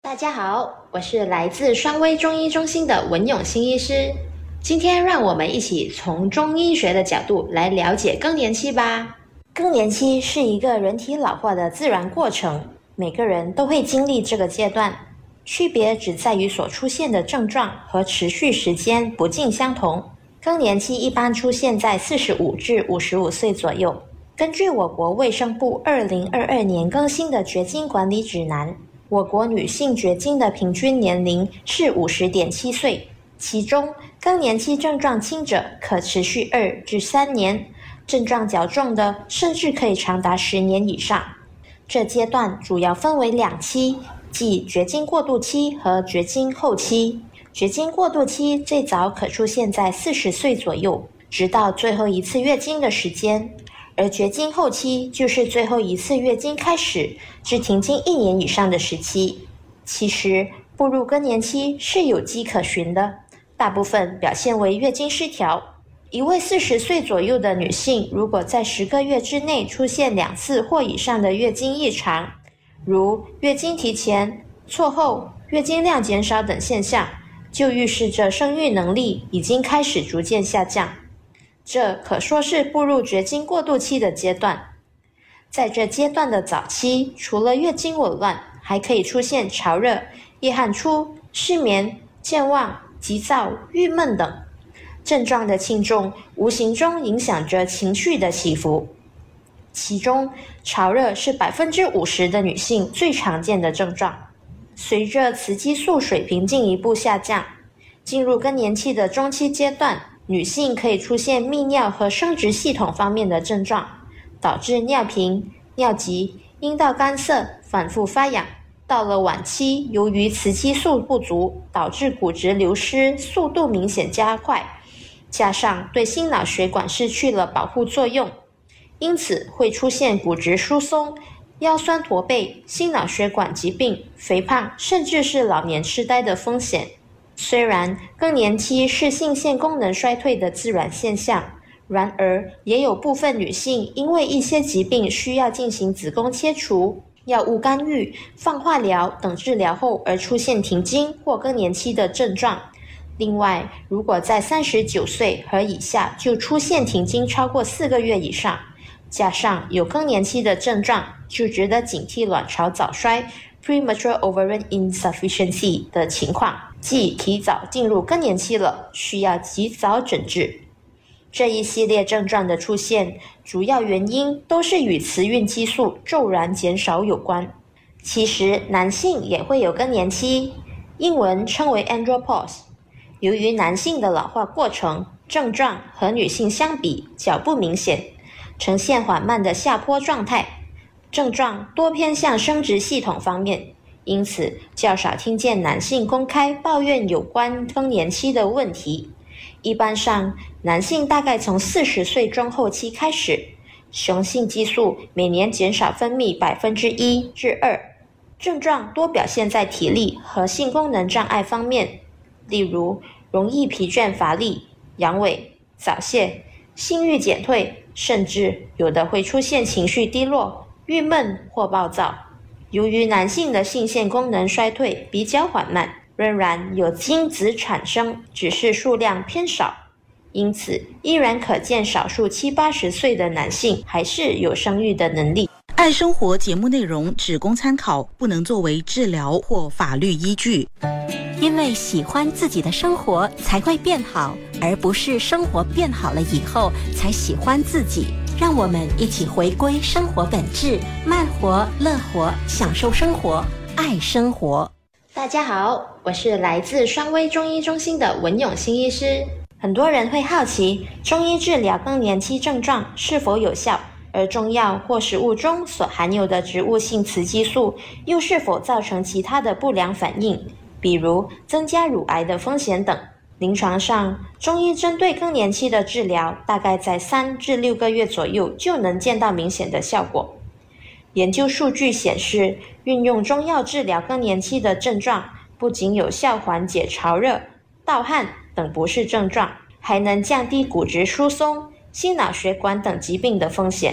大家好，我是来自双威中医中心的文永新医师。今天让我们一起从中医学的角度来了解更年期吧。更年期是一个人体老化的自然过程，每个人都会经历这个阶段，区别只在于所出现的症状和持续时间不尽相同。更年期一般出现在45至55岁左右。根据我国卫生部2022年更新的绝经管理指南，我国女性绝经的平均年龄是50.7岁，其中更年期症状轻者可持续2至3年，症状较重的甚至可以长达10年以上。这阶段主要分为2期，即绝经过渡期和绝经后期。绝经过渡期最早可出现在40岁左右，直到最后一次月经的时间，而绝经后期就是最后一次月经开始至停经1年以上的时期。其实步入更年期是有迹可循的，大部分表现为月经失调。一位40岁左右的女性，如果在10个月之内出现2次或以上的月经异常，如月经提前、错后、月经量减少等现象，就预示着生育能力已经开始逐渐下降。这可说是步入绝经过渡期的阶段。在这阶段的早期，除了月经紊乱，还可以出现潮热、夜汗出、失眠、健忘、急躁、郁闷等。症状的轻重无形中影响着情绪的起伏。其中，潮热是50%的女性最常见的症状。随着雌激素水平进一步下降，进入更年期的中期阶段，女性可以出现泌尿和生殖系统方面的症状，导致尿频、尿急、阴道干涩、反复发痒。到了晚期，由于雌激素不足，导致骨质流失速度明显加快，加上对心脑血管失去了保护作用，因此会出现骨质疏松、腰酸驼背、心脑血管疾病、肥胖，甚至是老年痴呆的风险。虽然更年期是性腺功能衰退的自然现象，然而也有部分女性因为一些疾病需要进行子宫切除、药物干预、放化疗等治疗后而出现停经或更年期的症状。另外，如果在39岁和以下就出现停经超过4个月以上，加上有更年期的症状，就值得警惕卵巢早衰 premature ovarian insufficiency 的情况，即提早进入更年期了，需要及早诊治。这一系列症状的出现，主要原因都是与雌孕激素骤然减少有关。其实男性也会有更年期，英文称为 andropause。由于男性的老化过程症状和女性相比较不明显，呈现缓慢的下坡状态，症状多偏向生殖系统方面，因此较少听见男性公开抱怨有关更年期的问题。一般上，男性大概从40岁中后期开始，雄性激素每年减少分泌1%至2%，症状多表现在体力和性功能障碍方面，例如容易疲倦乏力、阳痿、早泄、性欲减退，甚至有的会出现情绪低落、郁闷或暴躁。由于男性的性腺功能衰退比较缓慢，仍然有精子产生，只是数量偏少，因此依然可见少数70-80岁的男性还是有生育的能力。 爱生活节目内容只供参考，不能作为治疗或法律依据。 因为喜欢自己的生活才会变好，而不是生活变好了以后才喜欢自己。让我们一起回归生活本质，慢活、乐活，享受生活，爱生活。 大家好，我是来自双威中医中心的文永新医师。很多人会好奇，中医治疗更年期症状是否有效，而中药或食物中所含有的植物性雌激素又是否造成其他的不良反应，比如增加乳癌的风险等。临床上，中医针对更年期的治疗大概在3至6个月左右就能见到明显的效果。研究数据显示，运用中药治疗更年期的症状，不仅有效缓解潮热、盗汗等不适症状，还能降低骨质疏松、心脑血管等疾病的风险。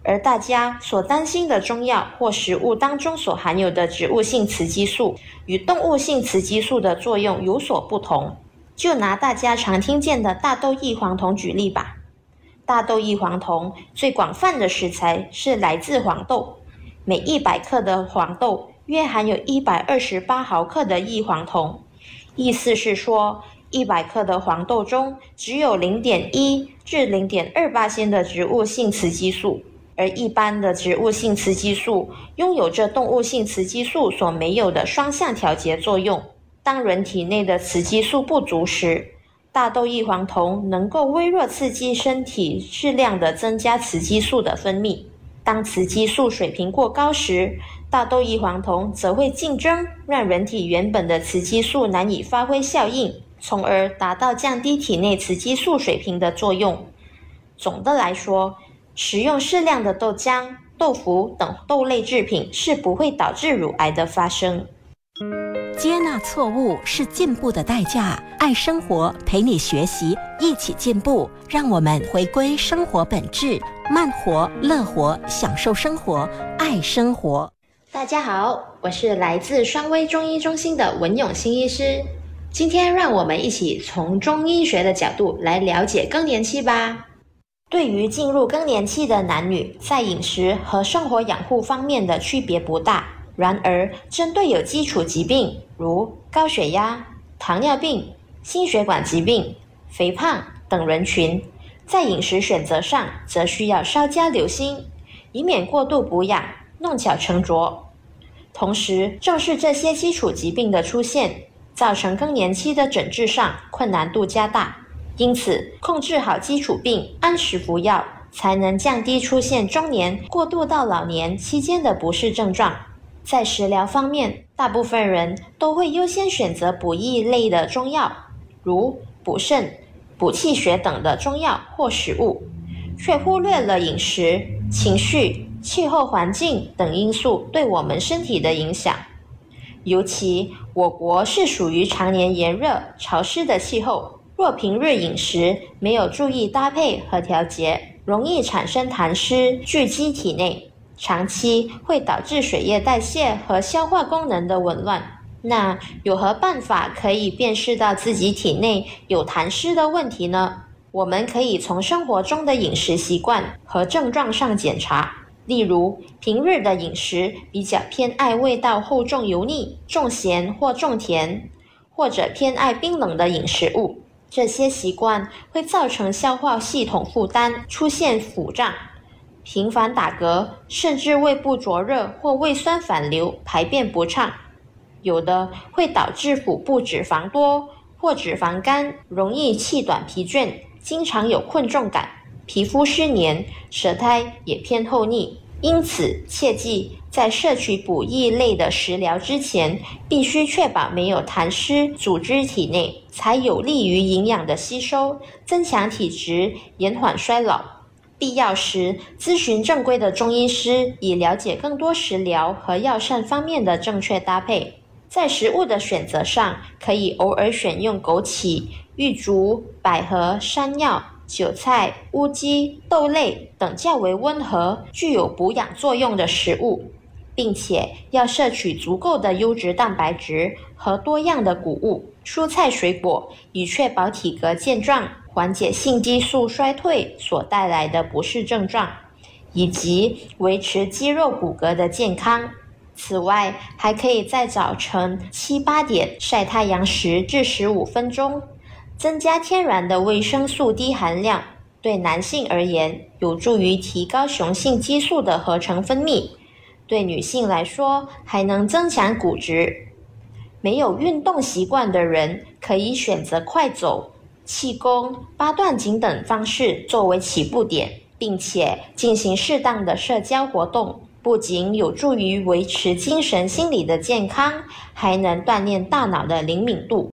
而大家所担心的中药或食物当中所含有的植物性雌激素与动物性雌激素的作用有所不同。就拿大家常听见的大豆异黄酮举例吧。大豆异黄酮最广泛的食材是来自黄豆，每100克的黄豆约含有128毫克的异黄酮，意思是说100克的黄豆中只有 0.1 至 0.2% 的植物性雌激素，而一般的植物性雌激素拥有着动物性雌激素所没有的双向调节作用。当人体内的雌激素不足时，大豆异黄酮能够微弱刺激身体适量的增加雌激素的分泌。当雌激素水平过高时，大豆异黄酮则会竞争，让人体原本的雌激素难以发挥效应，从而达到降低体内雌激素水平的作用。总的来说，食用适量的豆浆、豆腐等豆类制品是不会导致乳癌的发生。 接纳错误是进步的代价，爱生活陪你学习，一起进步，让我们回归生活本质，慢活、乐活，享受生活，爱生活。 大家好，我是来自双威中医中心的文永新医师。今天让我们一起从中医学的角度来了解更年期吧。对于进入更年期的男女，在饮食和生活养护方面的区别不大。然而，针对有基础疾病，如高血压、糖尿病、心血管疾病、肥胖等人群，在饮食选择上则需要稍加留心，以免过度补养，弄巧成拙。同时，正是这些基础疾病的出现，造成更年期的诊治上困难度加大。因此，控制好基础病，按时服药，才能降低出现中年过渡到老年期间的不适症状。在食疗方面，大部分人都会优先选择补益类的中药，如补肾、补气血等的中药或食物，却忽略了饮食、情绪、气候环境等因素对我们身体的影响。尤其我国是属于常年炎热、潮湿的气候，若平日饮食没有注意搭配和调节，容易产生痰湿聚集体内，长期会导致水液代谢和消化功能的紊乱。那有何办法可以辨识到自己体内有痰湿的问题呢？我们可以从生活中的饮食习惯和症状上检查。例如，平日的饮食比较偏爱味道厚重油腻、重咸或重甜，或者偏爱冰冷的饮食物，这些习惯会造成消化系统负担，出现腹胀、频繁打嗝，甚至胃部灼热或胃酸反流，排便不畅。有的会导致腹部脂肪多或脂肪肝，容易气短疲倦，经常有困重感，皮肤湿黏，舌苔也偏厚腻。因此切记在摄取补益类的食疗之前，必须确保没有痰湿阻滞体内，才有利于营养的吸收，增强体质，延缓衰老。必要时咨询正规的中医师，以了解更多食疗和药膳方面的正确搭配。在食物的选择上，可以偶尔选用枸杞、玉竹、百合、山药、韭菜、乌鸡、豆类等较为温和、具有补养作用的食物，并且要摄取足够的优质蛋白质和多样的谷物、蔬菜水果，以确保体格健壮，缓解性激素衰退所带来的不适症状，以及维持肌肉骨骼的健康。此外，还可以在早晨7、8点晒太阳10至15分钟，增加天然的维生素 D 含量，对男性而言有助于提高雄性激素的合成分泌，对女性来说还能增强骨质。没有运动习惯的人，可以选择快走、气功、八段锦等方式作为起步点，并且进行适当的社交活动，不仅有助于维持精神心理的健康，还能锻炼大脑的灵敏度。